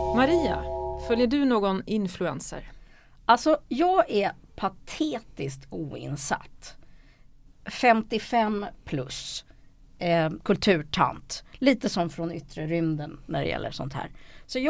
Maria, följer du någon influencer? Alltså, jag är patetiskt oinsatt. 55 plus. Kulturtant. Lite som från yttre rymden när det gäller sånt här. Så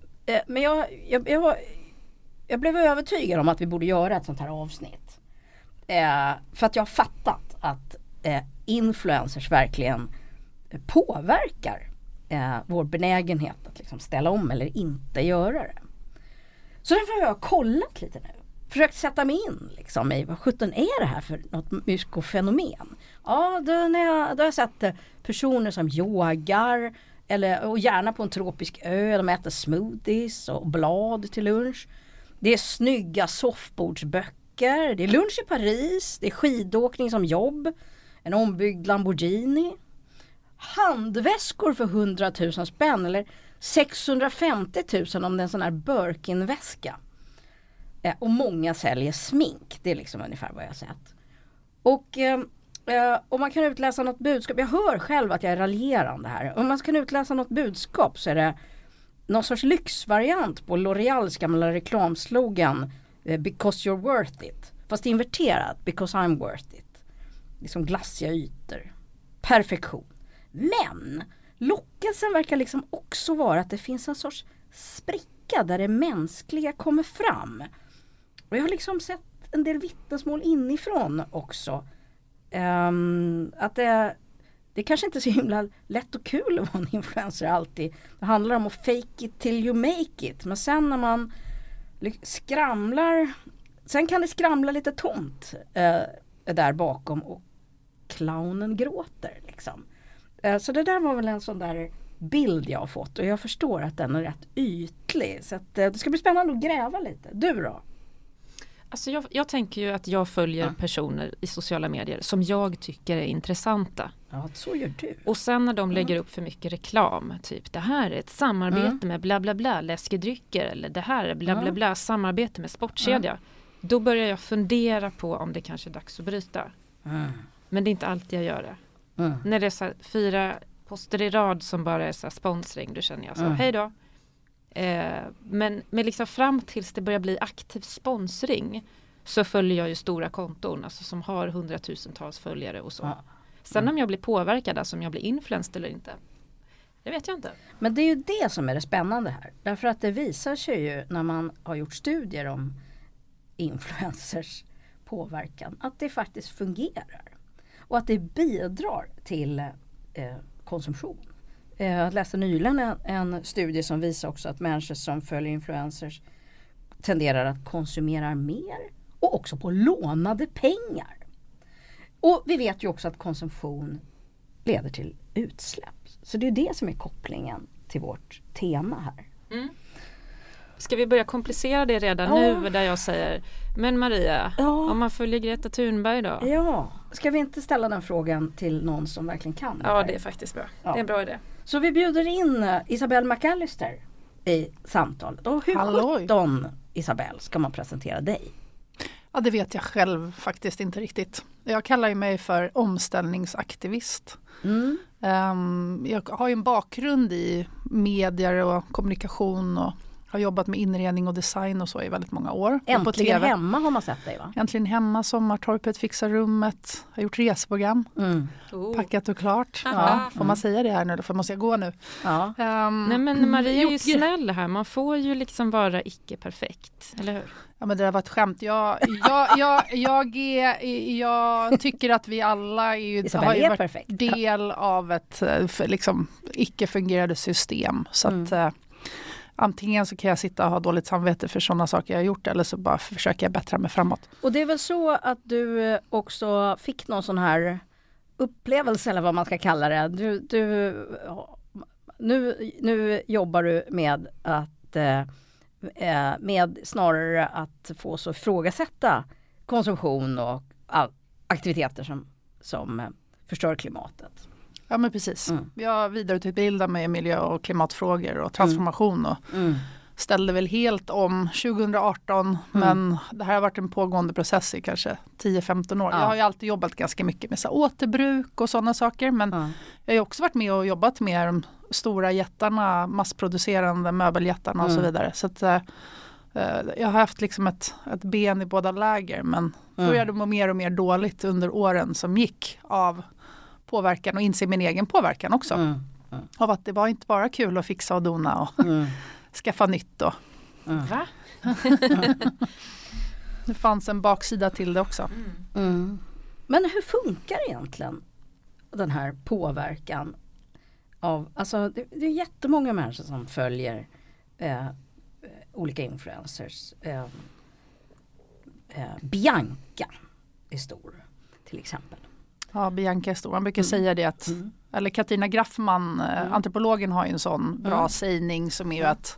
jag blev övertygad om att vi borde göra ett sånt här avsnitt. För att jag har fattat att influencers verkligen påverkar vår benägenhet att liksom ställa om eller inte göra det. Så därför har jag kollat lite nu. Försökt sätta mig in liksom, i vad 17 är det här för något myskofenomen. Ja, då har jag sett personer som yogar och gärna på en tropisk ö. De äter smoothies och blad till lunch. Det är snygga soffbordsböcker. Det är lunch i Paris. Det är skidåkning som jobb. En ombyggd Lamborghini. Handväskor för 100 000 spänn eller 650 000 om det är en sån här Birkin-väska. Och många säljer smink. Det är liksom ungefär vad jag har sett. Och om man kan utläsa något budskap. Jag hör själv att jag är raljerande här. Om man kan utläsa något budskap så är det någon sorts lyxvariant på L'Oreals gamla reklamslogan Because you're worth it. Fast inverterat. Because I'm worth it. Liksom glassiga ytor. Perfektion. Men lockelsen verkar liksom också vara att det finns en sorts spricka där det mänskliga kommer fram. Och jag har liksom sett en del vittnesmål inifrån också. Att det kanske inte är så himla lätt och kul att vara en influencer alltid. Det handlar om att fake it till you make it. Men sen när man skramlar, sen kan det skramla lite tomt där bakom och clownen gråter liksom. Så det där var väl en sån där bild jag har fått och jag förstår att den är rätt ytlig. Så att, det ska bli spännande att gräva lite. Du då? Alltså jag tänker ju att jag följer personer i sociala medier som jag tycker är intressanta. Ja, så gör du. Och sen när de lägger upp för mycket reklam, typ det här är ett samarbete med bla bla bla läskedrycker eller det här är bla bla bla samarbete med sportkedja. Då börjar jag fundera på om det kanske är dags att bryta. Men det är inte alltid jag gör det. När det är så här 4 poster i rad som bara är så här sponsring, då känner jag så hej då. Men liksom fram tills det börjar bli aktiv sponsring så följer jag ju stora konton alltså som har 100,000-tals följare och så. Sen om jag blir påverkad, alltså om jag blir influencer eller inte, det vet jag inte. Men det är ju det som är det spännande här. Därför att det visar sig ju när man har gjort studier om influencers påverkan att det faktiskt fungerar. Och att det bidrar till konsumtion. Jag läste nyligen en studie som visar också att människor som följer influencers tenderar att konsumera mer och också på lånade pengar. Och vi vet ju också att konsumtion leder till utsläpp. Så det är det som är kopplingen till vårt tema här. Ska vi börja komplicera det redan nu där jag säger, men Maria, om man följer Greta Thunberg då? Ja, ska vi inte ställa den frågan till någon som verkligen kan det här? Ja, det är faktiskt bra. Det är en bra idé. Så vi bjuder in Isabelle McAllister i samtalet. Och hur 17, Isabelle, ska man presentera dig? Ja, det vet jag själv faktiskt inte riktigt. Jag kallar ju mig för omställningsaktivist. Jag har ju en bakgrund i medier och kommunikation och har jobbat med inredning och design och så i väldigt många år. Äntligen hemma har man sett dig, va? Äntligen hemma, Sommartorpet, Fixa rummet. Har gjort reseprogram. Packat och klart. Ja, får man säga det här nu? För måste jag gå nu? Ja. Nej, men Maria är ju snäll här. Man får ju liksom vara icke-perfekt, eller hur? Ja, men det var ett skämt. Jag tycker att vi alla har ju varit perfekt. Del av ett liksom, icke-fungerande system. Så att antingen så kan jag sitta och ha dåligt samvete för sådana saker jag har gjort eller så bara försöker jag bättra mig framåt. Och det är väl så att du också fick någon sån här upplevelse eller vad man ska kalla det. Nu jobbar du med att med snarare att få så ifrågasätta konsumtion och aktiviteter som förstör klimatet. Ja, men precis. Jag vidareutbildar mig i miljö- och klimatfrågor och transformation och ställde väl helt om 2018 men det här har varit en pågående process i kanske 10-15 år. Jag har ju alltid jobbat ganska mycket med så återbruk och sådana saker men jag har ju också varit med och jobbat med de stora jättarna, massproducerande möbeljättarna och så vidare. Så att jag har haft liksom ett ben i båda läger men började må mer och mer dåligt under åren som gick av påverkan och inse min egen påverkan också. Av att det var inte bara kul att fixa och dona och skaffa nytt då. Va? Det fanns en baksida till det också. Men hur funkar egentligen den här påverkan av, alltså det är jättemånga människor som följer olika influencers. Bianca är stor till exempel. Ja, Bianca är stor. Man brukar säga det att eller Katarina Graffman, antropologen, har ju en sån bra sägning som är ju att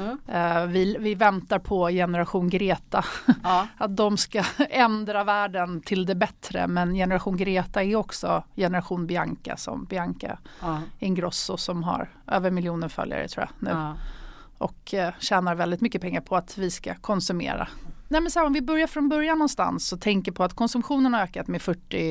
vi väntar på generation Greta. Att de ska ändra världen till det bättre. Men generation Greta är också generation Bianca, som Bianca Ingrosso som har över 1 miljon följare tror jag nu. Och tjänar väldigt mycket pengar på att vi ska konsumera. Nej, men så här, om vi börjar från början någonstans och tänker på att konsumtionen har ökat med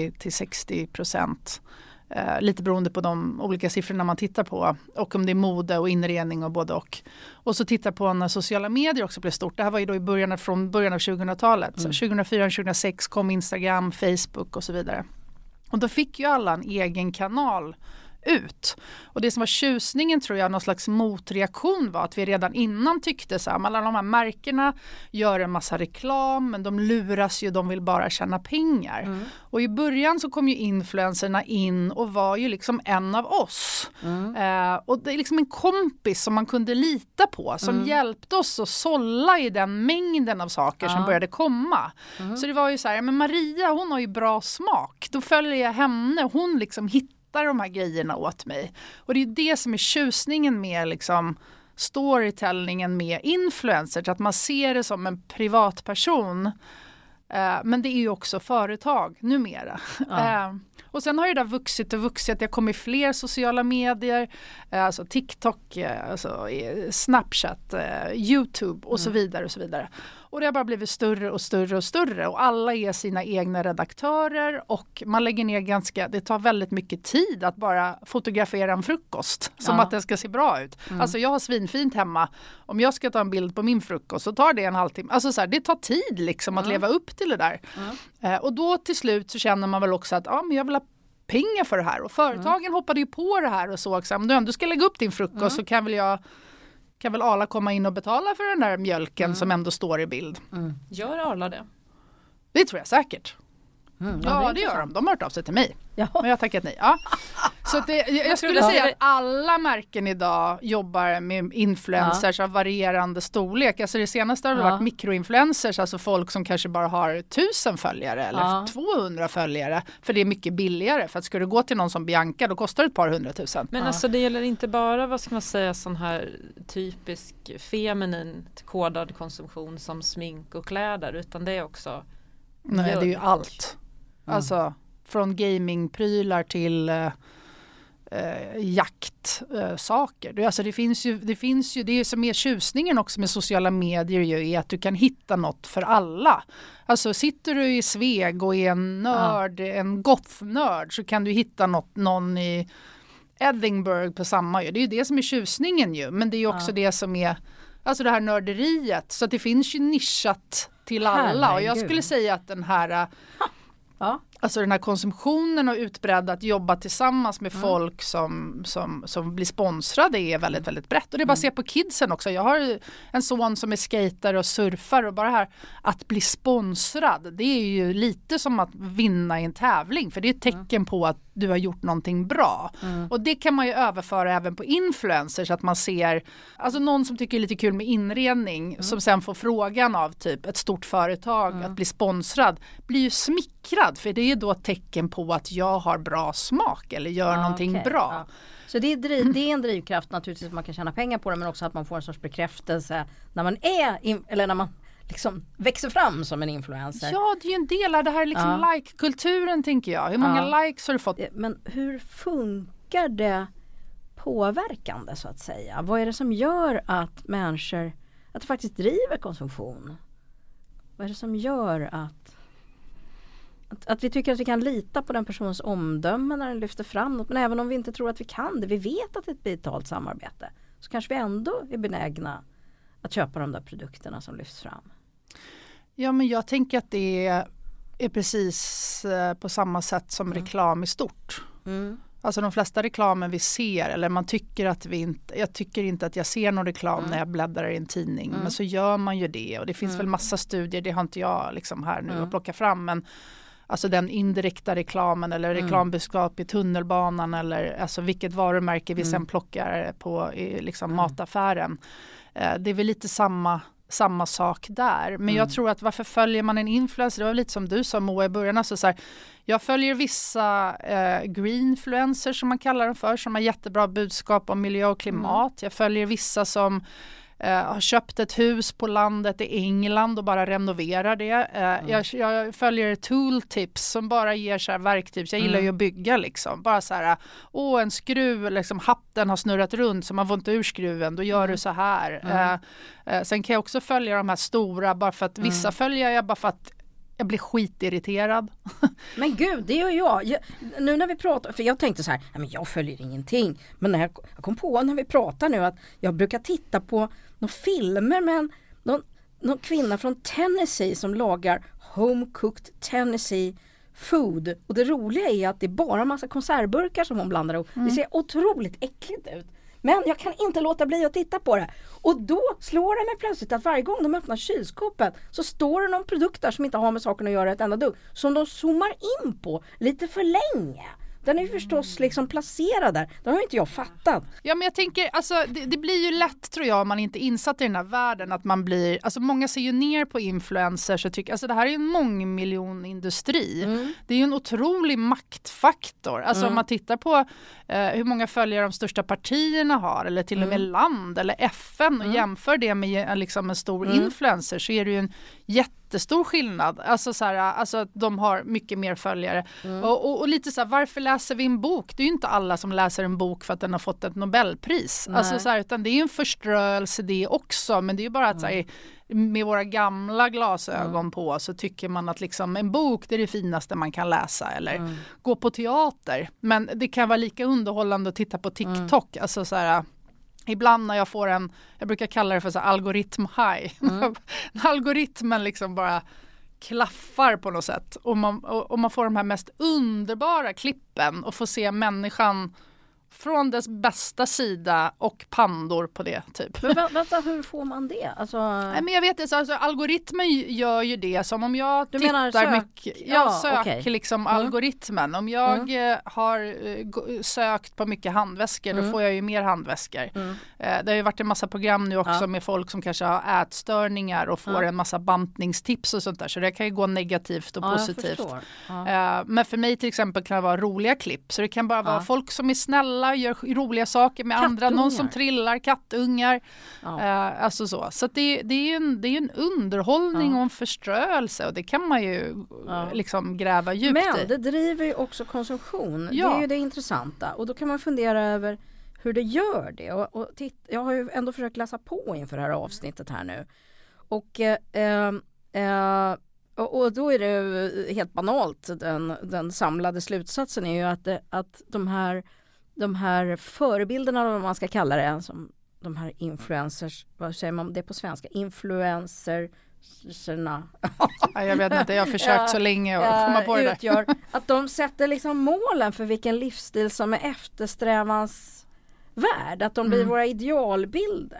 40-60%. Lite beroende på de olika siffrorna man tittar på. Och om det är mode och inredning och både och. Och så tittar på när sociala medier också blev stort. Det här var ju då från början av 2000-talet. Så 2004-2006 kom Instagram, Facebook och så vidare. Och då fick ju alla en egen kanal ut. Och det som var tjusningen tror jag, någon slags motreaktion var att vi redan innan tyckte så här, alla de här märkena gör en massa reklam men de luras ju, de vill bara tjäna pengar. Och i början så kom ju influencerna in och var ju liksom en av oss. Och det är liksom en kompis som man kunde lita på som hjälpte oss att sålla i den mängden av saker som började komma. Så det var ju så här, men Maria hon har ju bra smak. Då följer jag henne, hon liksom hittar de här grejerna åt mig. Och det är det som är tjusningen med liksom storytellingen med influencers. Att man ser det som en privatperson. Men det är ju också företag numera. Och sen har det där vuxit och vuxit. Det kommer fler sociala medier. Alltså TikTok, alltså Snapchat, YouTube och så vidare och så vidare. Och det har bara blivit större och större och större. Och alla är sina egna redaktörer. Och man lägger ner det tar väldigt mycket tid att bara fotografera en frukost. Som att den ska se bra ut. Alltså jag har svinfint hemma. Om jag ska ta en bild på min frukost så tar det en halvtimme. Alltså så här, det tar tid liksom att leva upp till det där. Och då till slut så känner man väl också att men jag vill ha pengar för det här. Och företagen hoppade ju på det här och såg att om du ska lägga upp din frukost så kan väl Arla komma in och betala för den där mjölken som ändå står i bild. Gör Arla det? Det tror jag säkert. Ja, det gör de. De har hört av sig till mig. Men jag har tackat nej. Ja. Så att jag skulle säga att alla märken idag jobbar med influencers av varierande storlek. Alltså det senaste har varit mikroinfluencers, alltså folk som kanske bara har 1000 följare eller 200 följare. För det är mycket billigare. För att ska du gå till någon som Bianca, då kostar det ett par 100 000. Men alltså det gäller inte bara, vad ska man säga, sån här typisk feminint kodad konsumtion som smink och kläder, utan det är också nej, det är ju allt. Alltså från gamingprylar till jaktsaker. Alltså det finns ju det som är tjusningen också med sociala medier ju, är att du kan hitta något för alla. Alltså sitter du i Sveg och är en nörd, en goth-nörd, så kan du hitta någon i Edinburgh på samma. Det är ju det som är tjusningen ju, men det är ju också det som är alltså det här nörderiet. Så att det finns ju nischat till alla. Och jag skulle säga att den här alltså den här konsumtionen och utbredd att jobba tillsammans med folk som blir sponsrade är väldigt, väldigt brett. Och det är bara att se på kidsen också. Jag har en son som är skater och surfar, och bara här att bli sponsrad, det är ju lite som att vinna i en tävling. För det är ett tecken på att du har gjort någonting bra. Och det kan man ju överföra även på influencers, att man ser alltså någon som tycker det är lite kul med inredning som sen får frågan av typ ett stort företag att bli sponsrad, blir ju smickrad, för det är då ett tecken på att jag har bra smak eller gör någonting bra. Ja. Så det är en drivkraft naturligtvis, att man kan tjäna pengar på det, men också att man får en sorts bekräftelse när man eller när man liksom växer fram som en influencer. Ja, det är ju en del av det här liksom like-kulturen, tänker jag. Hur många likes har du fått? Men hur funkar det påverkande så att säga? Vad är det som gör att människor att det faktiskt driver konsumtion? Vad är det som gör att vi tycker att vi kan lita på den personens omdöme när den lyfter fram något, men även om vi inte tror att vi kan det, vi vet att det är ett digitalt samarbete, så kanske vi ändå är benägna att köpa de där produkterna som lyfts fram? Ja, men jag tänker att det är precis på samma sätt som reklam i stort. Alltså de flesta reklamen vi ser, eller man tycker att jag tycker inte att jag ser någon reklam när jag bläddrar i en tidning, men så gör man ju det, och det finns väl massa studier, det har inte jag liksom här nu att plocka fram, men alltså den indirekta reklamen eller reklambudskap i tunnelbanan, eller alltså vilket varumärke vi sen plockar på i liksom mataffären. Det är väl lite samma sak där. Men jag tror att varför följer man en influencer? Det var lite som du sa, Moa, i början. Alltså så här, jag följer vissa greenfluencers som man kallar dem för, som har jättebra budskap om miljö och klimat. Jag följer vissa som har köpt ett hus på landet i England och bara renoverar det. Jag följer tooltips som bara ger så här verktyg. Jag gillar ju att bygga liksom. Bara så här, en skruv, liksom, hatten har snurrat runt så man får inte ur skruven. Då gör du så här. Sen kan jag också följa de här stora, bara för att vissa följer jag bara för att jag blir skitirriterad. Men gud, det gör jag. Nu när vi pratar, för jag tänkte så här, men jag följer ingenting. Men när jag kom på när vi pratar nu att jag brukar titta på några filmer med någon kvinna från Tennessee som lagar home-cooked Tennessee food. Och det roliga är att det är bara en massa konservburkar som hon blandar ihop. Det ser otroligt äckligt ut. Men jag kan inte låta bli att titta på det. Och då slår det mig plötsligt att varje gång de öppnar kylskåpet så står det någon produkt där som inte har med saken att göra ett enda dugg. Som de zoomar in på lite för länge. Den är ju förstås liksom placerad där. Det har inte jag fattat. Ja, men jag tänker, alltså det blir ju lätt, tror jag, om man inte är insatt i den här världen, att man blir, alltså många ser ju ner på influencers och tycker, alltså det här är ju en mångmiljonindustri. Det är ju en otrolig maktfaktor. Alltså om man tittar på hur många följare de största partierna har, eller till och med land eller FN, och jämför det med liksom en stor influencer, så är det ju en jättestor skillnad. Alltså så här, alltså de har mycket mer följare. Och lite så här, varför läser vi en bok? Det är ju inte alla som läser en bok för att den har fått ett Nobelpris. Alltså så här, utan det är ju en förströelse det också, men det är ju bara att så här, med våra gamla glasögon på så tycker man att liksom en bok, det är det finaste man kan läsa, eller gå på teater. Men det kan vara lika underhållande att titta på TikTok. Alltså så här, ibland när jag får jag brukar kalla det för så här algoritm high. Algoritmen liksom bara klaffar på något sätt. Och man får de här mest underbara klippen och får se människan från dess bästa sida och pandor på det typ. Men vänta, hur får man det? Alltså... Nej, men jag vet inte, alltså, algoritmen gör ju det som om jag tittar mycket, jag söker liksom algoritmen. Om jag har sökt på mycket handväskor, då får jag ju mer handväskor. Det har ju varit en massa program nu också med folk som kanske har ätstörningar och får en massa bantningstips och sånt där, så det kan ju gå negativt och positivt. Men för mig till exempel kan det vara roliga klipp, så det kan bara vara folk som är snälla, gör roliga saker med andra, någon som trillar, kattungar, alltså så att det är ju en underhållning och en förströelse, och det kan man ju liksom gräva djupt i. Men det driver ju också konsumtion, det är ju det intressanta, och då kan man fundera över hur det gör det, och jag har ju ändå försökt läsa på inför det här avsnittet här nu, och då är det helt banalt, den samlade slutsatsen är ju att de här förebilderna, vad man ska kalla det, som de här influencers, vad säger man det på svenska? Influencerna. Jag vet inte, jag har försökt så länge att komma på det där. Att de sätter liksom målen för vilken livsstil som är eftersträvansvärd. Att de blir våra idealbilder.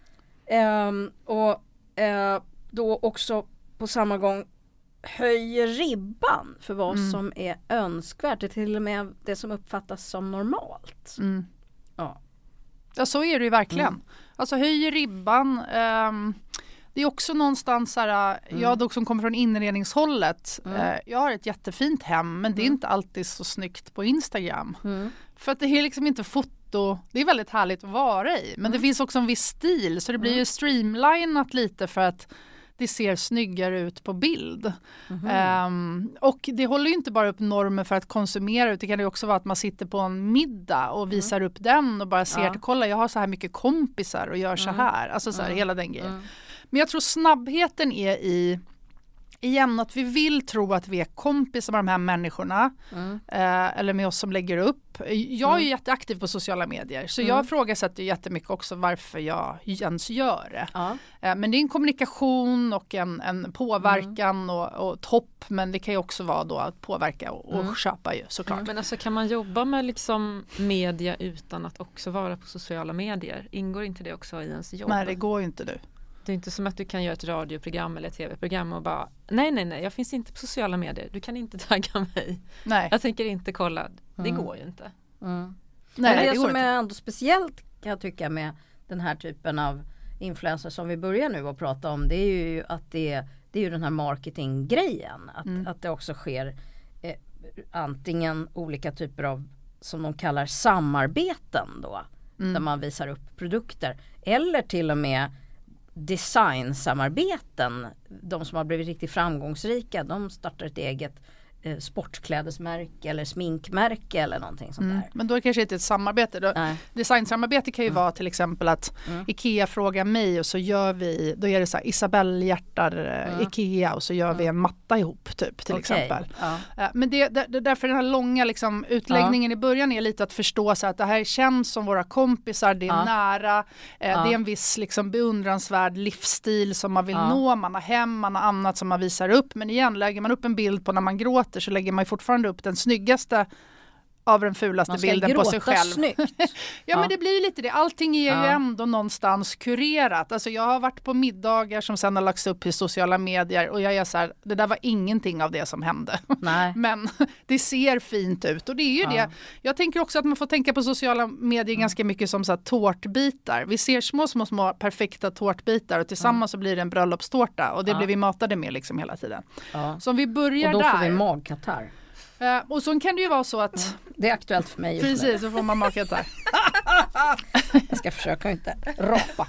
Då också på samma gång höjer ribban för vad som är önskvärt. Det är till och med det som uppfattas som normalt. Ja, så är det ju verkligen. Alltså höjer ribban. Det är också någonstans så här, jag dock som kommer från inredningshållet, jag har ett jättefint hem, men det är inte alltid så snyggt på Instagram. För att det är liksom inte foto, det är väldigt härligt att vara i, men det finns också en viss stil, så det blir ju streamlinat lite, för att det ser snyggare ut på bild. Och det håller ju inte bara upp normer för att konsumera, utan det kan ju också vara att man sitter på en middag och visar upp den och bara ser att kolla, jag har så här mycket kompisar och gör så här. Alltså så här, hela den grejen. Men jag tror snabbheten är igen att vi vill tro att vi är kompisar med de här människorna eller med oss som lägger upp. Jag är ju jätteaktiv på sociala medier så jag ifrågasätter jättemycket också varför jag ens gör det. Men det är en kommunikation och en påverkan och topp, men det kan ju också vara då att påverka och köpa ju såklart. Men alltså kan man jobba med liksom media utan att också vara på sociala medier? Ingår inte det också i ens jobb? Nej, det går ju inte nu. Det är inte som att du kan göra ett radioprogram eller ett tv-program och bara nej, jag finns inte på sociala medier. Du kan inte tagga mig. Nej. Jag tänker inte kolla. Det går ju inte. Nej, det som är ändå speciellt kan jag tycka med den här typen av influencers som vi börjar nu att prata om, det är ju att det är ju den här marketinggrejen. Att det också sker antingen olika typer av, som de kallar samarbeten då. Där man visar upp produkter. Eller till och med designsamarbeten. De som har blivit riktigt framgångsrika, de startar ett eget sportklädesmärke eller sminkmärke eller någonting sånt där. Men då är det kanske inte ett samarbete. Designsamarbete kan ju vara till exempel att Ikea frågar mig och så gör vi, då är det så här Isabelle hjärtar Ikea och så gör vi en matta ihop typ till exempel. Men därför den här långa liksom, utläggningen i början är lite att förstå så att det här känns som våra kompisar, det är nära, det är en viss liksom beundransvärd livsstil som man vill nå, man har hem, man har annat som man visar upp, men igen lägger man upp en bild på när man gråter så lägger man ju fortfarande upp den snyggaste av den fulaste bilden på sig själv. Ja, men det blir lite det. Allting är ju ändå någonstans kurerat. Alltså jag har varit på middagar som sen har lagts upp i sociala medier och jag är så här, det där var ingenting av det som hände. Nej. Men det ser fint ut och det är ju det. Jag tänker också att man får tänka på sociala medier ganska mycket som så här tårtbitar. Vi ser små perfekta tårtbitar och tillsammans så blir det en bröllopstårta och det blir vi matade med liksom hela tiden. Så om vi börjar där. Och då får vi magkatarr. Och så kan det ju vara så att det är aktuellt för mig. Precis, så får man magkatarr. Jag ska försöka inte rapa.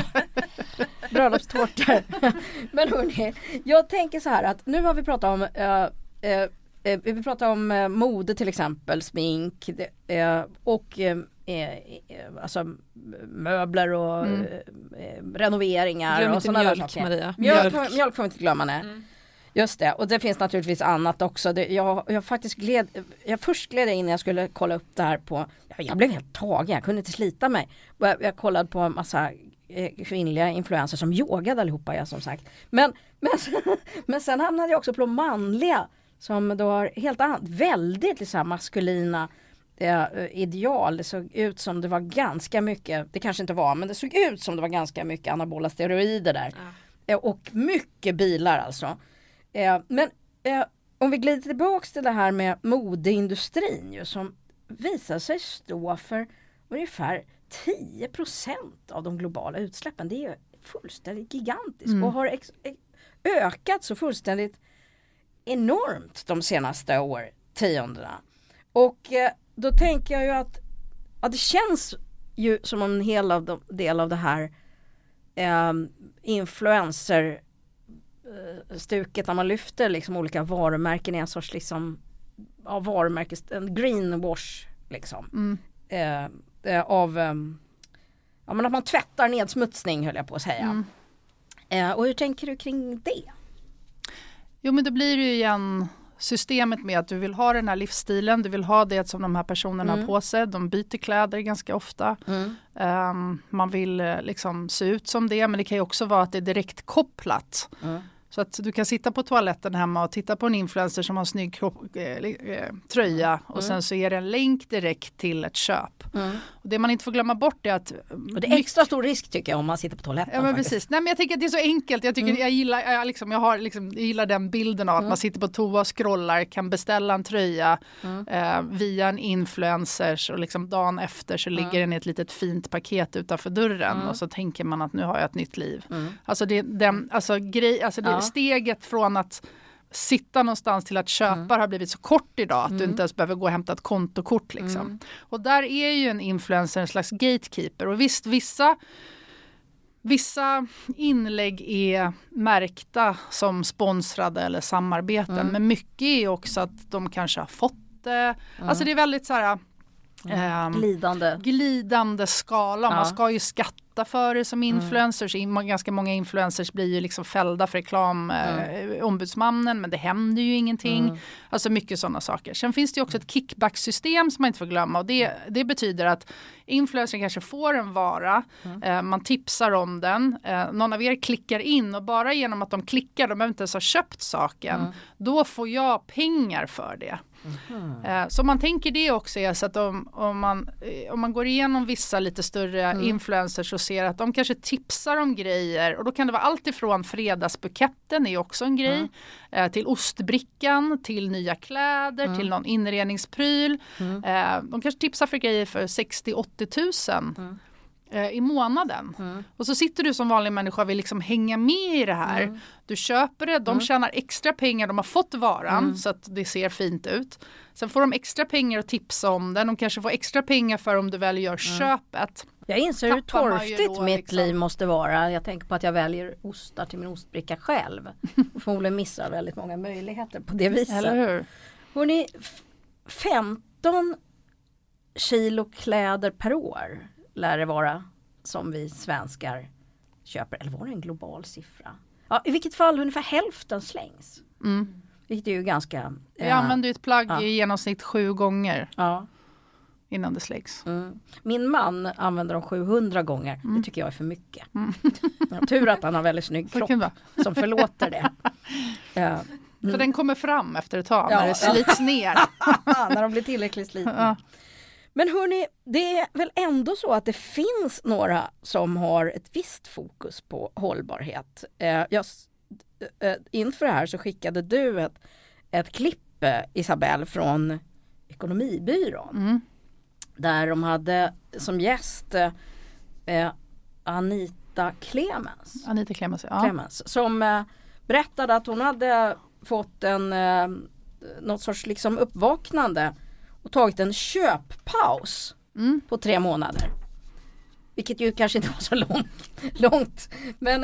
Bröllopstårtor. Men hörni, jag tänker så här att nu har vi pratat om vi pratar om mode till exempel, smink och alltså möbler och renoveringar. Glöm och inte mjölk, Maria. Mjölk får vi inte glömma, Just det, och det finns naturligtvis annat också. Jag faktiskt först gled in när jag skulle kolla upp det här på, jag blev helt tagen, jag kunde inte slita mig. Jag kollade på en massa kvinnliga influencers som yogade allihopa, som sagt. Men sen hamnade jag också på manliga som då har helt annat, väldigt liksom, maskulina ideal. Det såg ut som det var ganska mycket, det kanske inte var, men det såg ut som det var ganska mycket anabola steroider där. Och mycket bilar alltså. Men om vi glider tillbaka till det här med modeindustrin ju, som visar sig stå för ungefär 10% av de globala utsläppen. Det är ju fullständigt gigantiskt och har ökat så fullständigt enormt de senaste årtiondena. Och då tänker jag ju att det känns ju som en hel del av det här influencer stuket när man lyfter liksom olika varumärken i en sorts liksom varumärkes, en greenwash liksom av men att man tvättar nedsmutsning, höll jag på att säga. Och hur tänker du kring det? Jo, men det blir ju igen systemet med att du vill ha den här livsstilen, du vill ha det som de här personerna har på sig, de byter kläder ganska ofta. Man vill liksom se ut som det, men det kan ju också vara att det är direkt kopplat. Så att du kan sitta på toaletten hemma och titta på en influencer som har en snygg tröja och sen så är det en länk direkt till ett köp. Och det man inte får glömma bort är att... Och det är extra stor risk tycker jag om man sitter på toaletten. Ja, men precis. Nej, men jag tänker att det är så enkelt. Jag tycker jag gillar den bilden av att man sitter på toa och scrollar, kan beställa en tröja via en influencers och liksom dagen efter så ligger den i ett litet fint paket utanför dörren och så tänker man att nu har jag ett nytt liv. Alltså det steget från att sitta någonstans till att köpa har blivit så kort idag att du inte ens behöver gå och hämta ett kontokort liksom. Och där är ju en influencer en slags gatekeeper, och visst, vissa Vissa inlägg är märkta som sponsrade eller samarbeten. Men mycket är också att de kanske har fått det. Alltså det är väldigt så här... glidande skala. Man ska ju skatta för det som influencers. Ganska många influencers blir ju liksom fällda för reklam ombudsmannen, men det händer ju ingenting. Alltså mycket sådana saker. Sen finns det ju också ett kickback-system som man inte får glömma, och det betyder att influencers kanske får en vara, man tipsar om den, någon av er klickar in, och bara genom att de klickar, de behöver inte ens ha köpt saken, då får jag pengar för det. Så man tänker det också är så att om man går igenom vissa lite större influencers och ser att de kanske tipsar om grejer, och då kan det vara allt ifrån fredagsbuketten är också en grej, till ostbrickan, till nya kläder, till någon inredningspryl. De kanske tipsar för grejer för 60-80 000 i månaden. Och så sitter du som vanlig människa och vill liksom hänga med i det här. Du köper det, de tjänar extra pengar, de har fått varan så att det ser fint ut. Sen får de extra pengar att tipsa om den. De kanske får extra pengar för om du väl gör köpet. Jag inser hur torftigt mitt liv måste vara. Jag tänker på att jag väljer ostar till min ostbricka själv. Och förmodligen missar väldigt många möjligheter på det viset. Eller hur? Hörrni, 15 kilo kläder per år lär det vara som vi svenskar köper. Eller var det en global siffra? Ja, i vilket fall ungefär hälften slängs. Vilket är ju ganska... Jag använder ju ett plagg i genomsnitt 7 gånger innan det slängs. Min man använder dem 700 gånger. Det tycker jag är för mycket. Tur att han har väldigt snygg kropp som förlåter det. För den kommer fram efter ett tag när det slits ner. När de blir tillräckligt slitna. Men hörni, det är väl ändå så att det finns några som har ett visst fokus på hållbarhet. Inför det här så skickade du ett klipp, Isabelle, från Ekonomibyrån. Där de hade som gäst Anita Clemens, som berättade att hon hade fått något sorts liksom uppvaknande och tagit en köppaus på 3 månader. Vilket ju kanske inte var så långt men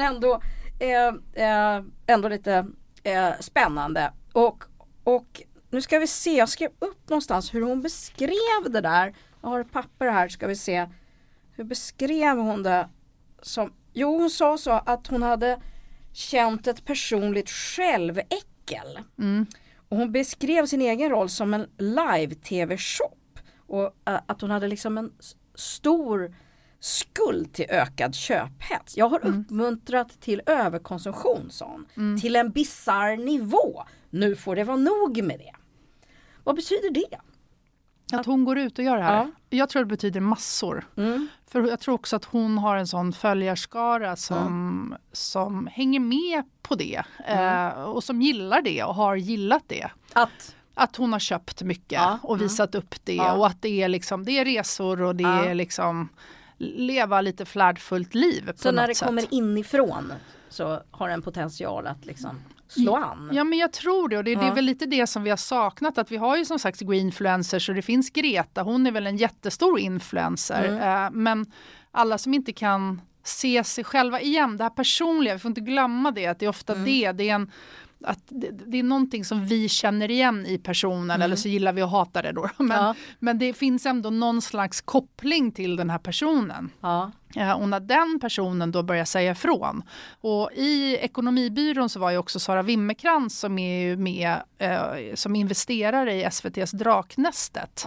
ändå lite spännande. Och nu ska vi se, jag skrev upp någonstans hur hon beskrev det där. Jag har ett papper här, ska vi se. Hur beskrev hon det? Hon sa så att hon hade känt ett personligt själväckel. Och hon beskrev sin egen roll som en live-tv-shop. Och att hon hade liksom en stor skuld till ökad köphets. Jag har uppmuntrat till överkonsumtion, sa hon. Till en bizarr nivå. Nu får det vara nog med det. Vad betyder det? Att hon går ut och gör det här. Jag tror det betyder massor. För jag tror också att hon har en sån följarskara som hänger med på det. Och som gillar det och har gillat det. Att hon har köpt mycket och visat upp det. Och att det är liksom, det är resor och det är liksom leva lite flärdfullt liv på så när det sätt. Kommer inifrån så har den potential att liksom slå an. Ja, men jag tror det, och det är väl lite det som vi har saknat, att vi har ju som sagt greenfluencers och det finns Greta, hon är väl en jättestor influencer, men alla som inte kan se sig själva igen, det här personliga, vi får inte glömma det, att det är ofta det är det är någonting som vi känner igen i personen, eller så gillar vi att hata det då. Men det finns ändå någon slags koppling till den här personen. Och när den personen då börjar säga ifrån. Och i Ekonomibyrån så var ju också Sara Wimmerkrans som är ju med som investerare i SVT:s Draknästet.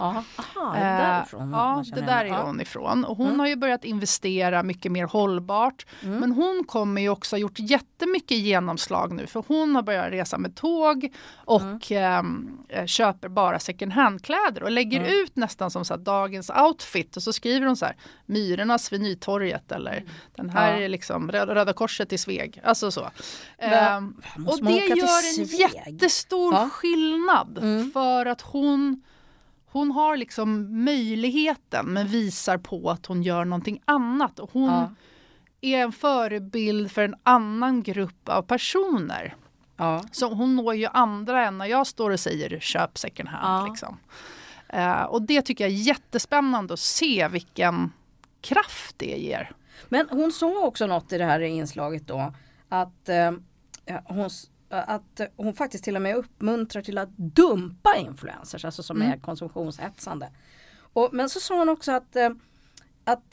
Det där är hon ifrån. Och hon har ju börjat investera mycket mer hållbart. Men hon kommer ju också ha gjort jättemycket genomslag nu. För hon har börjat resa med tåg och köper bara second hand-kläder. Och lägger ut nästan som så här, dagens outfit. Och så skriver hon så här, Myrornas vid Nytorget. Eller den här är liksom Röda Korset i Sveg. Alltså så. Och det gör en jättestor skillnad. För att hon har liksom möjligheten, men visar på att hon gör någonting annat. Och hon är en förebild för en annan grupp av personer. Så hon når ju andra än när jag står och säger köp second hand. Liksom. Och det tycker jag är jättespännande att se vilken kraft det ger. Men hon sa också något i det här inslaget då. Att hon faktiskt till och med uppmuntrar till att dumpa influencers. Alltså som är konsumtionshetsande. Men så sa hon också att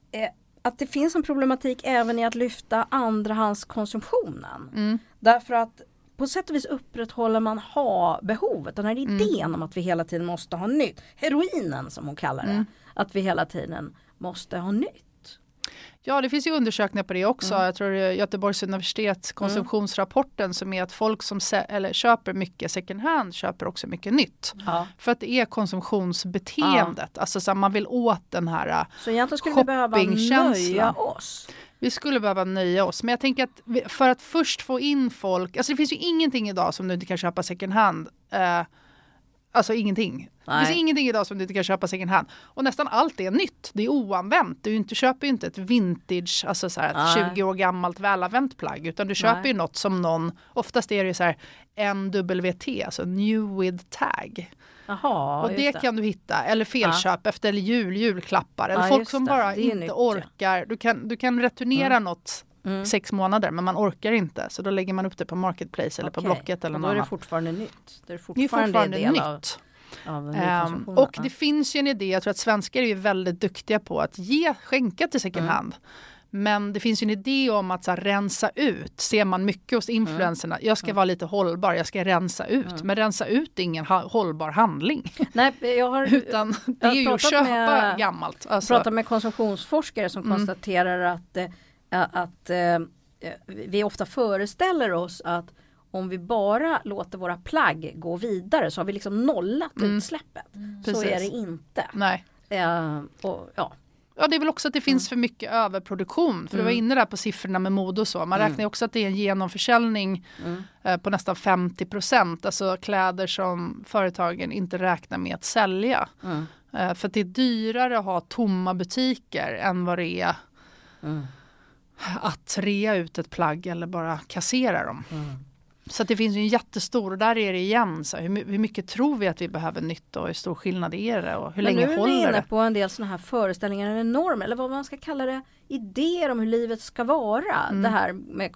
det finns en problematik även i att lyfta andrahandskonsumtionen. Därför att på sätt och vis upprätthåller man behovet. Den här idén om att vi hela tiden måste ha nytt. Heroinen som hon kallar det. Att vi hela tiden måste ha nytt. Ja, det finns ju undersökningar på det också. Jag tror det är Göteborgs universitets konsumtionsrapporten som är att folk som köper mycket second hand köper också mycket nytt. För att det är konsumtionsbeteendet. Alltså så man vill åt den här så egentligen skulle vi behöva nöja oss. Vi skulle behöva nöja oss. Men jag tänker att för att först få in folk. Alltså det finns ju ingenting idag som du inte kan köpa second hand. Alltså ingenting. Det finns ingenting idag som du inte kan köpa second hand. Och nästan allt är nytt. Det är oanvänt. Köper ju inte ett vintage, alltså så här, ett 20 år gammalt välanvänt plagg. Utan du köper ju något som oftast är det så här NWT, alltså New With Tag. Aha, och det kan du hitta. Eller felköp efter julklappar. Eller folk som bara inte orkar. Du kan returnera något 6 månader, men man orkar inte. Så då lägger man upp det på Marketplace eller på Blocket eller något annat. Då är det fortfarande nytt. Det är fortfarande nytt. Och det finns ju en idé, jag tror att svenskar är ju väldigt duktiga på att skänka till second hand. Men det finns ju en idé om att så här, rensa ut. Ser man mycket hos influencerna. Jag ska vara lite hållbar, jag ska rensa ut. Men rensa ut är ingen hållbar handling. Nej, utan det är ju att köpa gammalt. Alltså. Jag pratar med konsumtionsforskare som konstaterar att vi ofta föreställer oss att om vi bara låter våra plagg gå vidare så har vi liksom nollat utsläppet. Så är det inte. Nej. Ja, det är väl också att det finns för mycket överproduktion. För du var inne där på siffrorna med mode och så. Man räknar också att det är en genomförsäljning på nästan 50%. Alltså kläder som företagen inte räknar med att sälja. För att det är dyrare att ha tomma butiker än vad det är att rea ut ett plagg eller bara kassera dem. Så att det finns ju en jättestor, och där är det igen så hur mycket tror vi att vi behöver nytt och hur stor skillnad är det och hur länge håller det? Men nu är vi inne på en del sådana här föreställningar eller normer eller vad man ska kalla det, idéer om hur livet ska vara. Det här med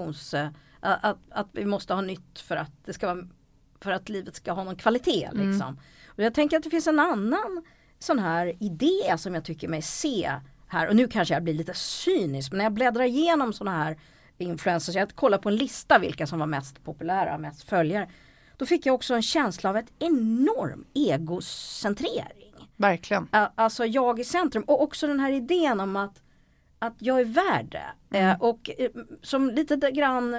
att vi måste ha nytt för att det ska vara, för att livet ska ha någon kvalitet liksom. Och jag tänker att det finns en annan sån här idé som jag tycker mig se här, och nu kanske jag blir lite cynisk, men när jag bläddrar igenom såna här influencers, jag kollar på en lista vilka som var mest populära, mest följare, då fick jag också en känsla av ett enorm egocentrering. Verkligen. Alltså jag i centrum, och också den här idén om att jag är värd det. Och som lite grann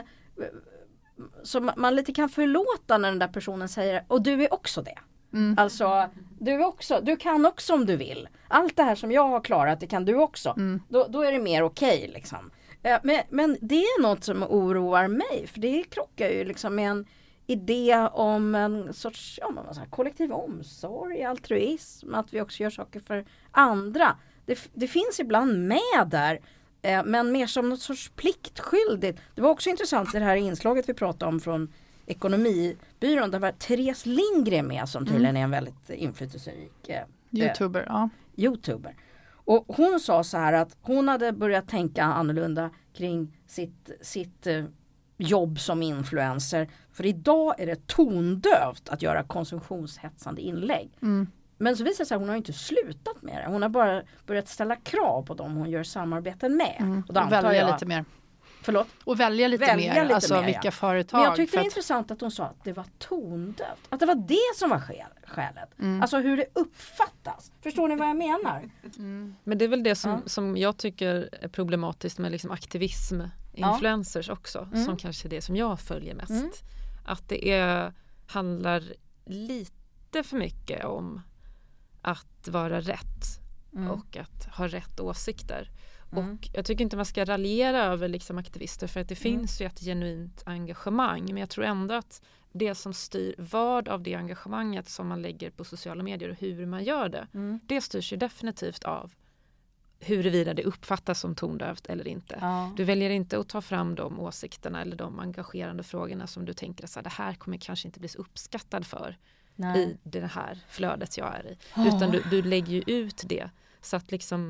som man lite kan förlåta när den där personen säger, och du är också det. Alltså du kan också om du vill. Allt det här som jag har klarat, det kan du också. Då är det mer okej liksom. Men det är något som oroar mig, för det krockar ju liksom med en idé om en sorts kollektiv omsorg, altruism, att vi också gör saker för andra. Det finns ibland med där, men mer som något sorts pliktskyldigt. Det var också intressant i det här inslaget vi pratade om från Ekonomibyrån, där var Therese Lindgren med, som tydligen är en väldigt inflytelserik YouTuber. Och hon sa så här att hon hade börjat tänka annorlunda kring sitt jobb som influencer. För idag är det tondövt att göra konsumtionshetsande inlägg. Men så visar det sig att hon har inte slutat med det. Hon har bara börjat ställa krav på dem hon gör samarbeten med. Och välja lite mer. Förlåt? Och välja lite mer, alltså vilka företag. Men jag tyckte det är intressant att hon sa att det var tondövt. Att det var det som var skälet. Alltså hur det uppfattas. Förstår ni vad jag menar? Men det är väl det som jag tycker är problematiskt med liksom aktivism-influencers också. Som kanske är det som jag följer mest. Att det handlar lite för mycket om att vara rätt. Och att ha rätt åsikter. Och jag tycker inte man ska raljera över liksom aktivister, för att det finns ju ett genuint engagemang. Men jag tror ändå att det som styr vad av det engagemanget som man lägger på sociala medier och hur man gör det, det styrs ju definitivt av huruvida det uppfattas som tondövt eller inte. Du väljer inte att ta fram de åsikterna eller de engagerande frågorna som du tänker att det här kommer kanske inte bli så uppskattad för i det här flödet jag är i. Utan du lägger ju ut det så att liksom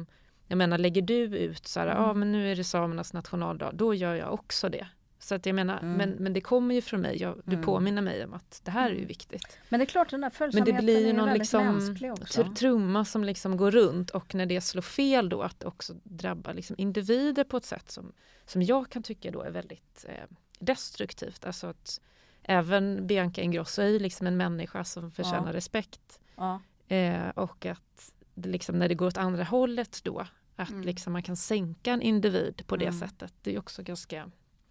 jag menar, lägger du ut så här, men nu är det samernas nationaldag, då gör jag också det. Så att jag menar, men det kommer ju från mig. Du påminner mig om att det här är ju viktigt. Men det är klart, den där följsamheten, men det blir ju någon mänsklig också. Trumma som liksom går runt, och när det slår fel då, att också drabba liksom individer på ett sätt som jag kan tycka då är väldigt destruktivt. Alltså att även Bianca Ingrosso är ju liksom en människa som förtjänar respekt. Ja. Och att det liksom, när det går åt andra hållet då, att liksom man kan sänka en individ på det sättet, det är också ganska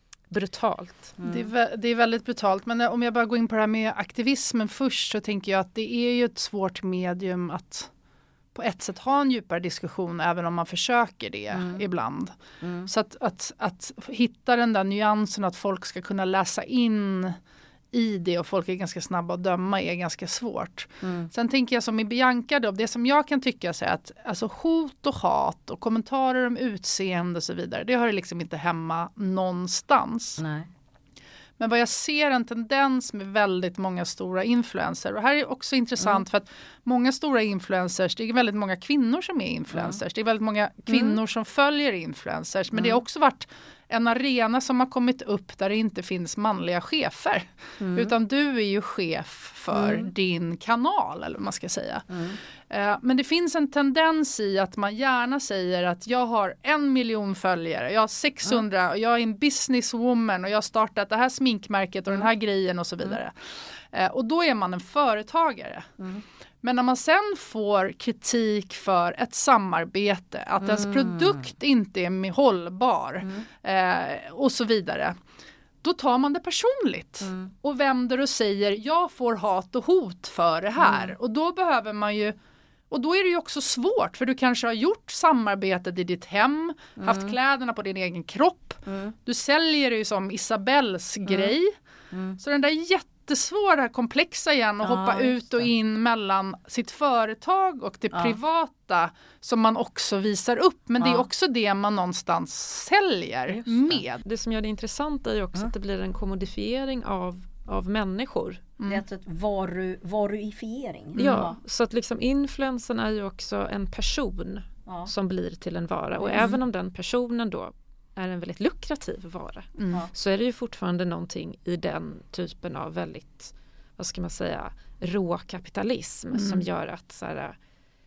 brutalt. Det är väldigt brutalt, men om jag bara går in på det här med aktivismen först, så tänker jag att det är ju ett svårt medium att på ett sätt ha en djupare diskussion, även om man försöker det ibland. Så att hitta den där nyansen, att folk ska kunna läsa in i det, och folk är ganska snabba att döma, är ganska svårt. Sen tänker jag som i Bianca då, det som jag kan tycka är att alltså hot och hat och kommentarer om utseende och så vidare, det hör liksom inte hemma någonstans. Nej. Men vad jag ser en tendens med väldigt många stora influencers, och här är också intressant för att många stora influencers, det är väldigt många kvinnor som är influencers, det är väldigt många kvinnor som följer influencers, men det har också varit en arena som har kommit upp där det inte finns manliga chefer, utan du är ju chef för din kanal, eller vad man ska säga. Men det finns en tendens i att man gärna säger att jag har 1 miljon följare, jag har 600 och jag är en businesswoman och jag har startat det här sminkmärket och den här grejen och så vidare. Och då är man en företagare. Men när man sen får kritik för ett samarbete, att ens produkt inte är hållbar och så vidare, då tar man det personligt och vänder och säger jag får hat och hot för det här. Och då behöver man ju, och då är det ju också svårt, för du kanske har gjort samarbetet i ditt hem, haft kläderna på din egen kropp. Du säljer det ju som Isabells grej. Så den där jättesvåra, komplexa igen och hoppa ut och in mellan sitt företag och det privata som man också visar upp. Men det är också det man någonstans säljer med. Det som gör det intressant är ju också att det blir en kommodifiering av människor. Det är alltså ett varuifiering. Ja, så att liksom influensen är ju också en person som blir till en vara. Och även om den personen då är en väldigt lukrativ vara, så är det ju fortfarande någonting i den typen av väldigt, vad ska man säga, rå kapitalism som gör att så här,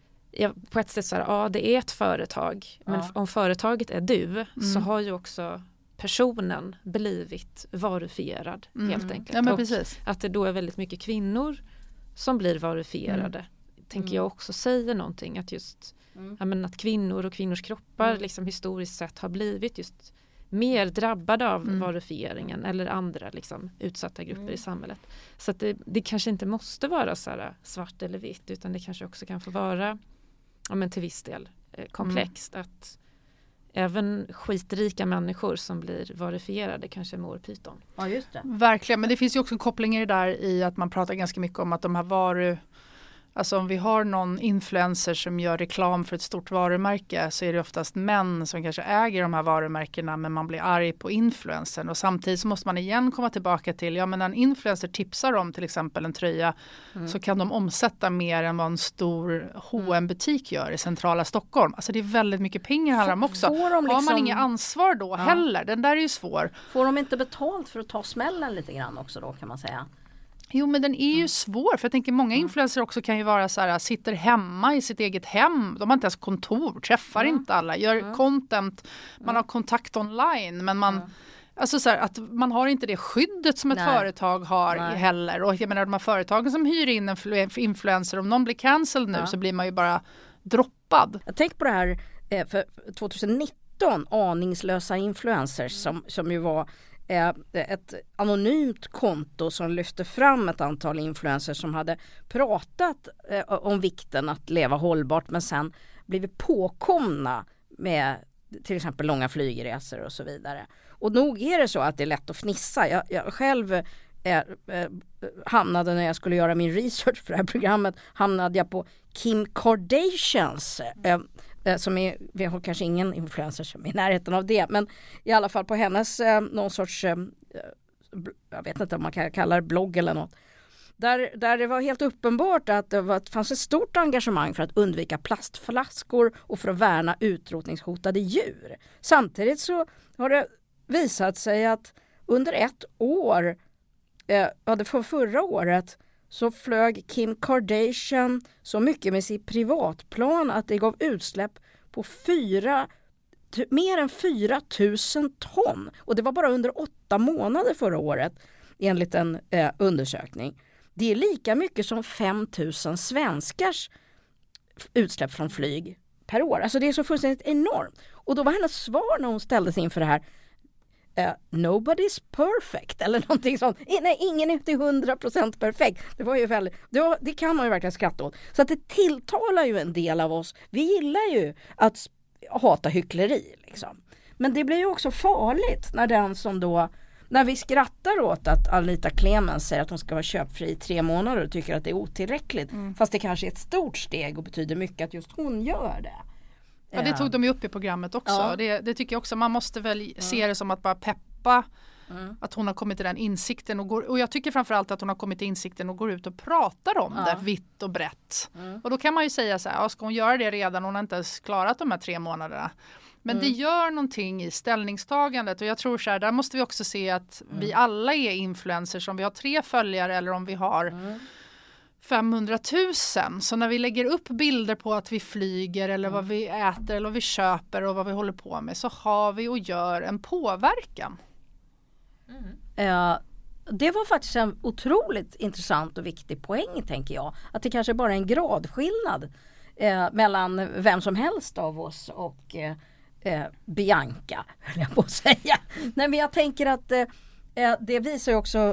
på ett sätt så här, det är ett företag, men om företaget är du, så har ju också personen blivit varufierad helt enkelt. Ja, men precis. Att det då är väldigt mycket kvinnor som blir varufierade, tänker jag också säger någonting, att just att kvinnor och kvinnors kroppar liksom historiskt sett har blivit just mer drabbade av varufieringen eller andra liksom utsatta grupper i samhället. Så att det kanske inte måste vara så här svart eller vitt, utan det kanske också kan få vara till viss del komplext, att även skitrika människor som blir varifierade kanske mår pyton. Ja, just det. Verkligen, men det finns ju också kopplingar där i att man pratar ganska mycket om att de här alltså om vi har någon influencer som gör reklam för ett stort varumärke, så är det oftast män som kanske äger de här varumärkena, men man blir arg på influencern. Och samtidigt så måste man igen komma tillbaka till, men när en influencer tipsar om till exempel en tröja, så kan de omsätta mer än vad en stor H&M-butik gör i centrala Stockholm. Alltså det är väldigt mycket pengar handlar om också. Har man inget ansvar då heller? Den där är ju svår. Får de inte betalt för att ta smällen lite grann också då, kan man säga? Jo, men den är ju svår, för jag tänker många influencers också kan ju vara så här, sitter hemma i sitt eget hem, de har inte ens kontor, träffar inte alla, gör content, man har kontakt online, men man alltså så här, att man har inte det skyddet som ett företag har heller. Och jag menar, de här företagen som hyr in en influencer, om någon blir cancelled nu så blir man ju bara droppad. Jag tänker på det här för 2019, aningslösa influencers som ju var ett anonymt konto som lyfte fram ett antal influencers som hade pratat om vikten att leva hållbart, men sen blivit påkomna med till exempel långa flygresor och så vidare. Och nog är det så att det är lätt att fnissa. Jag själv hamnade, när jag skulle göra min research för det här programmet, hamnade jag på Kim Kardashians som är, vi har kanske ingen influencer som är i närheten av det, men i alla fall på hennes någon sorts jag vet inte om man kan kalla det blogg eller något, Där det var helt uppenbart att det fanns ett stort engagemang för att undvika plastflaskor och för att värna utrotningshotade djur. Samtidigt så har det visat sig att under ett år, för förra året, så flög Kim Kardashian så mycket med sitt privatplan att det gav utsläpp på mer än 4 000 ton. Och det var bara under 8 månader förra året enligt en undersökning. Det är lika mycket som 5 000 svenskars utsläpp från flyg per år. Alltså det är så fullständigt enormt. Och då var hennes svar när hon ställde sig inför det här: nobody's perfect eller någonting sånt. Nej, ingen är till 100% perfekt. Det var ju väldigt, det kan man ju verkligen skratta åt. Så att det tilltalar ju en del av oss. Vi gillar ju att hata hyckleri liksom. Men det blir ju också farligt när vi skrattar åt att Anita Clemens säger att hon ska vara köpfri i 3 månader och tycker att det är otillräckligt. Fast det kanske är ett stort steg och betyder mycket att just hon gör det. Ja, det tog de ju upp i programmet också. Ja. Det tycker jag också. Man måste väl se det som att bara peppa att hon har kommit till den insikten. Och jag tycker framförallt att hon har kommit till insikten och går ut och pratar om det vitt och brett. Och då kan man ju säga så här, ska hon göra det redan? Hon har inte ens klarat de här 3 månaderna. Men det gör någonting i ställningstagandet. Och jag tror så här, där måste vi också se att vi alla är influencers. Om vi har 3 följare eller om vi har 500 000. Så när vi lägger upp bilder på att vi flyger eller vad vi äter eller vad vi köper och vad vi håller på med, så har vi och gör en påverkan. Det var faktiskt en otroligt intressant och viktig poäng, tänker jag. Att det kanske bara är en gradskillnad mellan vem som helst av oss och Bianca, höll jag på att säga. Nej, men jag tänker att det visar ju också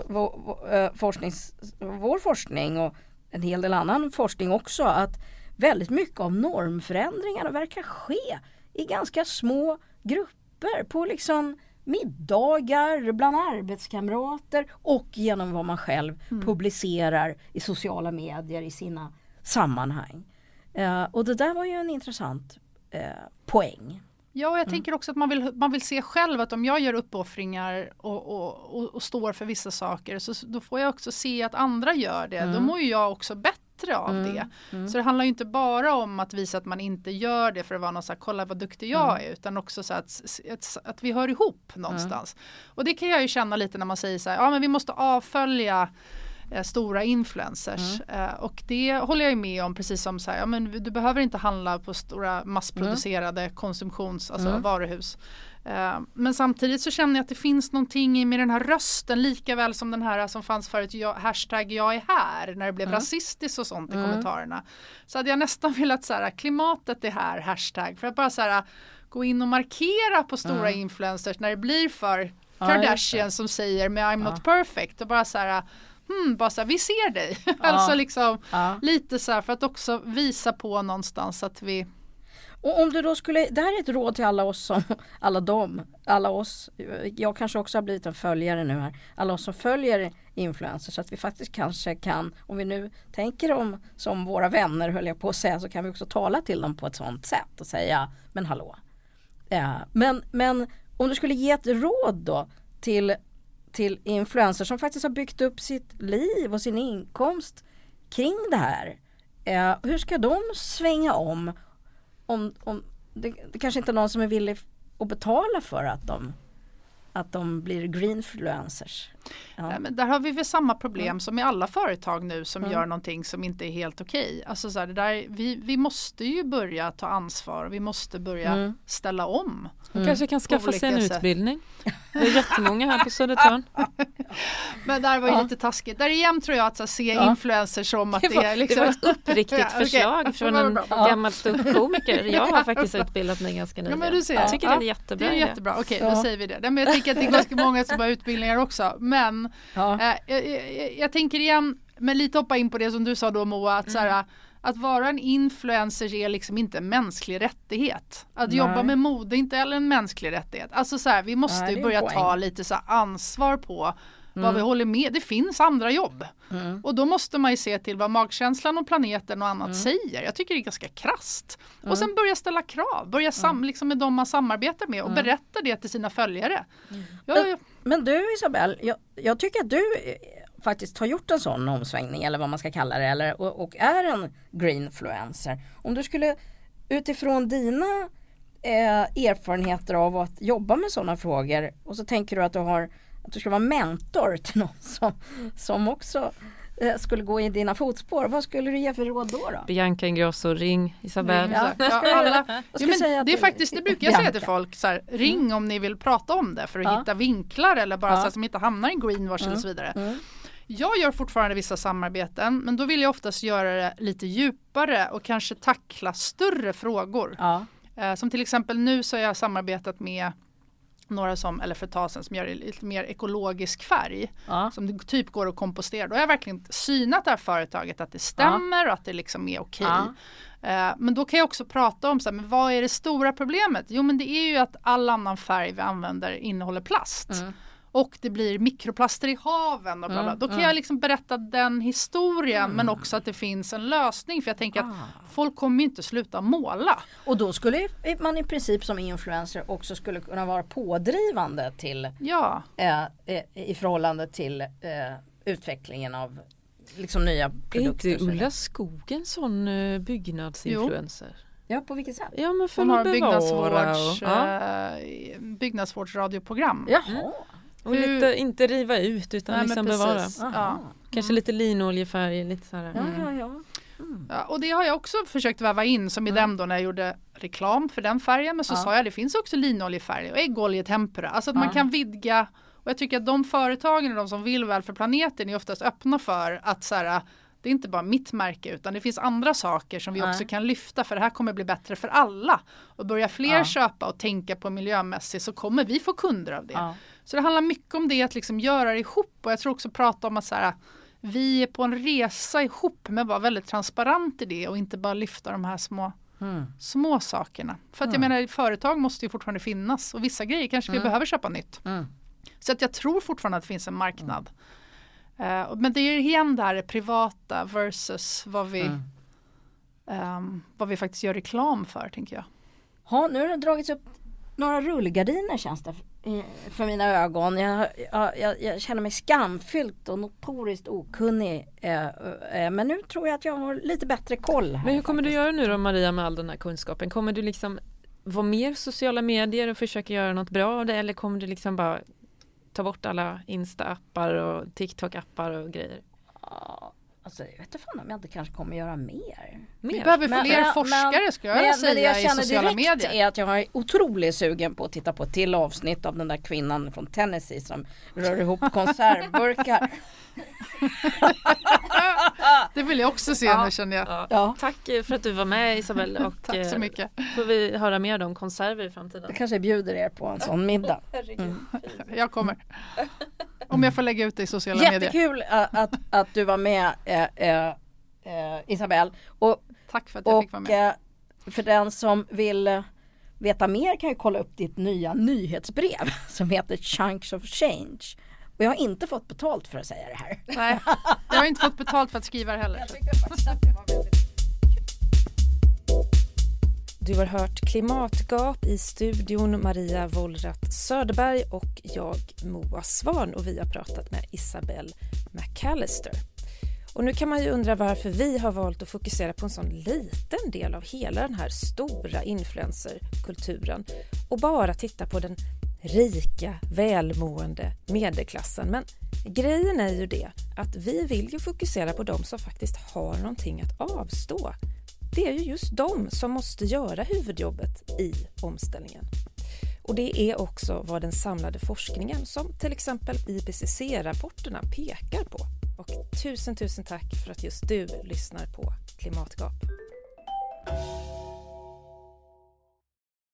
vår forskning och en hel del annan forskning också, att väldigt mycket av normförändringarna verkar ske i ganska små grupper på liksom middagar, bland arbetskamrater och genom vad man själv publicerar i sociala medier i sina sammanhang. Och det där var ju en intressant poäng. Ja, och jag tänker också att man vill se själv att om jag gör uppoffringar och står för vissa saker, så då får jag också se att andra gör det. Då mår ju jag också bättre av det. Så det handlar ju inte bara om att visa att man inte gör det för att vara någon så här, kolla vad duktig jag är, utan också så att vi hör ihop någonstans. Och det kan jag ju känna lite när man säger så här, ja men vi måste avfölja stora influencers. Och det håller jag ju med om, precis som så här, ja, men du behöver inte handla på stora massproducerade varuhus. Men samtidigt så känner jag att det finns någonting med den här rösten, lika väl som den här som fanns förut, hashtag jag är här, när det blev rasistiskt och sånt i kommentarerna. Så hade jag nästan velat så här, klimatet är här, hashtag, för att bara så här, gå in och markera på stora influencers när det blir för Kardashian som säger men I'm not perfect, och bara så här, bara så här, vi ser dig. Alltså liksom lite så här, för att också visa på någonstans att vi... Och om du då skulle, det här är ett råd till alla oss alla oss, jag kanske också har blivit en följare nu här, alla oss som följer influencers, så att vi faktiskt kanske kan, om vi nu tänker dem som våra vänner, höll jag på att säga, så kan vi också tala till dem på ett sånt sätt och säga, men hallå. Men om du skulle ge ett råd då till influencers som faktiskt har byggt upp sitt liv och sin inkomst kring det här. Hur ska de svänga om det kanske inte är någon som är villig att betala för att de blir greenfluencers. Ja. Men där har vi väl samma problem som i alla företag nu som gör någonting som inte är helt okej. Alltså så här, det där, vi måste ju börja ta ansvar. Vi måste börja ställa om. Kanske kan skaffa sig en utbildning. Det är jättemånga här på Södertörn. Men där var ju lite taskigt. Där igen tror jag att se influencers som att det är liksom... Det var ett uppriktigt förslag från en gammal ståuppkomiker. Jag har faktiskt utbildat mig ganska nyligen. Ja, men du ser. Jag tycker det är jättebra. Det är jättebra. Okej, då säger vi det. Men jag tänker att det är ganska många som har utbildningar också. Men jag tänker igen, men lite hoppa in på det som du sa då, Moa, att så här, att vara en influencer är liksom inte en mänsklig rättighet. Att jobba med mode är inte heller en mänsklig rättighet. Alltså så här, vi måste ju börja ta lite så här ansvar på vad vi håller med. Det finns andra jobb. Och då måste man ju se till vad magkänslan och planeten och annat säger. Jag tycker det är ganska krasst. Och sen börja ställa krav. Börja liksom med dem man samarbetar med och berätta det till sina följare. Men du, Isabel, jag tycker att du faktiskt har gjort en sån omsvängning eller vad man ska kalla det eller, och är en greenfluencer. Om du skulle utifrån dina erfarenheter av att jobba med sådana frågor och så tänker du att du ska vara mentor till någon som också skulle gå i dina fotspår. Vad skulle du ge för råd då? Bianca Ingrosso, ring Isabelle. Det brukar jag säga till folk. Så här, ring om ni vill prata om det för att hitta vinklar eller bara så att de inte hamnar i greenwash eller så vidare. Jag gör fortfarande vissa samarbeten men då vill jag oftast göra det lite djupare och kanske tackla större frågor. Som till exempel nu så har jag samarbetat med några eller för ett tag sedan som gör lite mer ekologisk färg som det typ går att kompostera. Då har jag verkligen synat det här företaget att det stämmer och att det liksom är okej. Men då kan jag också prata om men vad är det stora problemet? Jo men det är ju att all annan färg vi använder innehåller plast. Och det blir mikroplaster i haven och bla bla. Då kan jag liksom berätta den historien men också att det finns en lösning. För jag tänker att folk kommer inte sluta måla. Och då skulle man i princip som influencer också skulle kunna vara pådrivande till i förhållande till utvecklingen av liksom nya produkter. Är inte Ulla Skog en sån byggnadsinfluencer? Jo. Ja, på vilket sätt? Ja, men för hon att har byggnadsvårdsradioprogram. Jaha. Och lite, inte riva ut utan liksom bevara. Kanske lite linoljefärg, lite så här. Ja, och det har jag också försökt väva in som i den då när jag gjorde reklam för den färgen. Men så sa jag det finns också linoljefärg och äggoljetempera. Alltså att man kan vidga. Och jag tycker att de företagen och de som vill väl för planeten är oftast öppna för att så här, det är inte bara mitt märke utan det finns andra saker som vi också kan lyfta för det här kommer bli bättre för alla. Och börjar fler köpa och tänka på miljömässigt så kommer vi få kunder av det. Så det handlar mycket om det att liksom göra det ihop och jag tror också prata om att så här, vi är på en resa ihop med att vara väldigt transparent i det och inte bara lyfta de här små sakerna. För att jag menar företag måste ju fortfarande finnas och vissa grejer kanske vi behöver köpa nytt. Så att jag tror fortfarande att det finns en marknad. Men det är igen det här privata versus vad vi faktiskt gör reklam för, tänker jag. Ja, nu har det dragits upp några rullgardiner känns det för mina ögon. Jag känner mig skamfyllt och notoriskt okunnig. Men nu tror jag att jag har lite bättre koll här. Men hur kommer du göra nu då, Maria, med all den här kunskapen? Kommer du liksom vara mer sociala medier och försöka göra något bra av det? Eller kommer du liksom bara ta bort alla Insta-appar och TikTok-appar och grejer? Alltså, jag vet inte fan om jag inte kanske kommer göra mer. Vi behöver fler forskare ska jag säga i sociala medier. Men det jag känner direkt är att jag är otroligt sugen på att titta på ett till avsnitt av den där kvinnan från Tennessee som rör ihop konservburkar. Det vill jag också se nu, känner jag. Ja. Tack för att du var med, Isabelle. Och tack så mycket. Får vi höra mer om konserver i framtiden. Jag kanske bjuder er på en sån middag. Jag kommer. Om jag får lägga ut det i sociala medier. Jättekul att du var med, Isabelle. Och, tack för att jag fick vara med. För den som vill veta mer kan ju kolla upp ditt nya nyhetsbrev som heter Chunks of Change. Och jag har inte fått betalt för att säga det här. Nej, jag har inte fått betalt för att skriva det heller. Jag tycker faktiskt att det var väldigt... Du har hört Klimatgap i studion, Maria Wollratz Söderberg och jag, Moa Svan, och vi har pratat med Isabelle McAllister. Och nu kan man ju undra varför vi har valt att fokusera på en sån liten del av hela den här stora influencerkulturen och bara titta på den rika, välmående medelklassen. Men grejen är ju det att vi vill ju fokusera på de som faktiskt har någonting att avstå. Det är ju just de som måste göra huvudjobbet i omställningen. Och det är också vad den samlade forskningen som till exempel IPCC-rapporterna pekar på. Och tusen tack för att just du lyssnar på Klimatgap.